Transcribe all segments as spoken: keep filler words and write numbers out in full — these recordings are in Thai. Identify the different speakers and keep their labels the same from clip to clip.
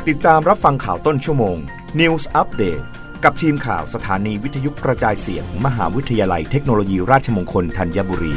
Speaker 1: ติดตามรับฟังข่าวต้นชั่วโมง News Update กับทีมข่าวสถานีวิทยุกระจายเสียง มหาวิทยาลัยเทคโนโลยีราชมงคลธัญบุรี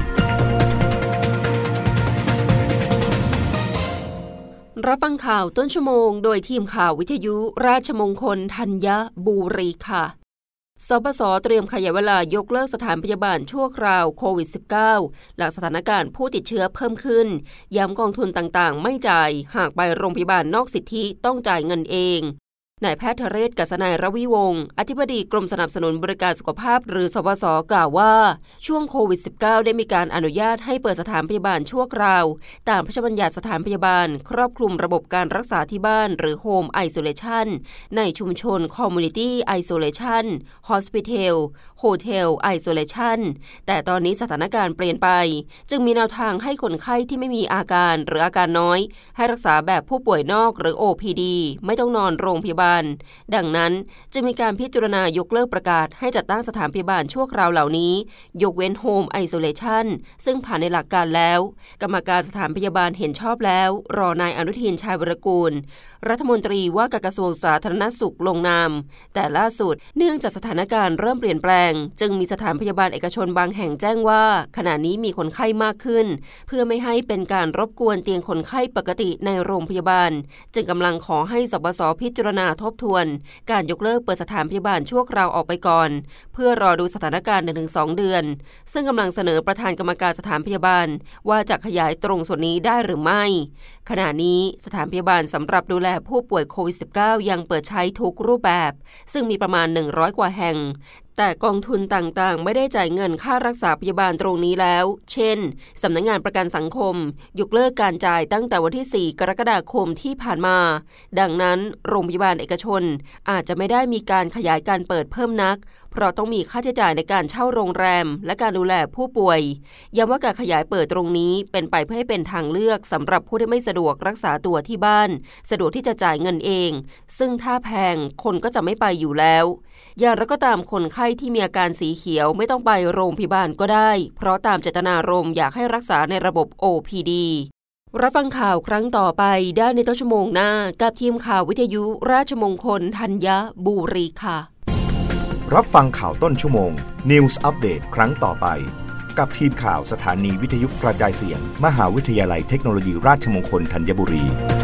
Speaker 2: รับฟังข่าวต้นชั่วโมงโดยทีมข่าววิทยุราชมงคลธัญบุรีค่ะสปส.เตรียมขยายเวลายกเลิกสถานพยาบาลชั่วคราวโควิด สิบเก้า หลังสถานการณ์ผู้ติดเชื้อเพิ่มขึ้นย้ำกองทุนต่างๆไม่จ่ายหากไปโรงพยาบาลนอกสิทธิต้องจ่ายเงินเองนายแพทย์ธเรศ กัสนัย ระวิวงศ์อธิบดีกรมสนับสนุนบริการสุขภาพหรือสปส.กล่าวว่าช่วงโควิด สิบเก้า ได้มีการอนุญาตให้เปิดสถานพยาบาลชั่วคราวตามพระราชบัญญัติสถานพยาบาลครอบคลุมระบบการรักษาที่บ้านหรือ Home Isolation ในชุมชน Community Isolation Hospital Hotel Isolation แต่ตอนนี้สถานการณ์เปลี่ยนไปจึงมีแนวทางให้คนไข้ที่ไม่มีอาการหรืออาการน้อยให้รักษาแบบผู้ป่วยนอกหรือ โอ พี ดี ไม่ต้องนอนโรงพยาบาลดังนั้นจะมีการพิจารณายกเลิกประกาศให้จัดตั้งสถานพยาบาลชั่วคราวเหล่านี้ยกเว้น Home Isolation ซึ่งผ่านในหลักการแล้วกรรมการสถานพยาบาลเห็นชอบแล้วรอนายอนุทินชาญวิรากูลรัฐมนตรีว่าการกระทรวงสาธารณสุขลงนามแต่ล่าสุดเนื่องจากสถานการณ์เริ่มเปลี่ยนแปลงจึงมีสถานพยาบาลเอกชนบางแห่งแจ้งว่าขณะนี้มีคนไข้มากขึ้นเพื่อไม่ให้เป็นการรบกวนเตียงคนไข้ปกติในโรงพยาบาลจึงกำลังขอให้สปส.พิจารณาทบทวนการยกเลิกเปิดสถานพยาบาลชั่วคราวออกไปก่อนเพื่อรอดูสถานการณ์ หนึ่งถึงสอง เดือนซึ่งกำลังเสนอประธานกรรมการสถานพยาบาลว่าจะขยายตรงส่วนนี้ได้หรือไม่ขณะนี้สถานพยาบาลสำหรับดูแลผู้ป่วยโควิด สิบเก้า ยังเปิดใช้ทุกรูปแบบซึ่งมีประมาณหนึ่งร้อยกว่าแห่งแต่กองทุนต่างๆไม่ได้จ่ายเงินค่ารักษาพยาบาลตรงนี้แล้วเช่นสำนักงานประกันสังคมยกเลิกการจ่ายตั้งแต่วันที่ สี่กรกฎาคมที่ผ่านมาดังนั้นโรงพยาบาลเอกชนอาจจะไม่ได้มีการขยายการเปิดเพิ่มนักเพราะต้องมีค่าใช้จ่ายในการเช่าโรงแรมและการดูแลผู้ป่วยย้ำว่าการขยายเปิดตรงนี้เป็นไปเพื่อให้เป็นทางเลือกสำหรับผู้ที่ไม่สะดวกรักษาตัวที่บ้านสะดวกที่จะจ่ายเงินเองซึ่งถ้าแพงคนก็จะไม่ไปอยู่แล้วอย่างไรก็ตามคนไข้ที่มีอาการสีเขียวไม่ต้องไปโรงพยาบาลก็ได้เพราะตามเจตนารมณ์อยากให้รักษาในระบบ โอ พี ดี รับฟังข่าวครั้งต่อไปได้ในต้นชั่วโมงหน้ากับทีมข่าววิทยุราชมงคลธัญบุรีค่ะ
Speaker 1: รับฟังข่าวต้นชั่วโมง News Update ครั้งต่อไปกับทีมข่าวสถานีวิทยุกระจายเสียง มหาวิทยาลัยเทคโนโลยีราชมงคลธัญบุรี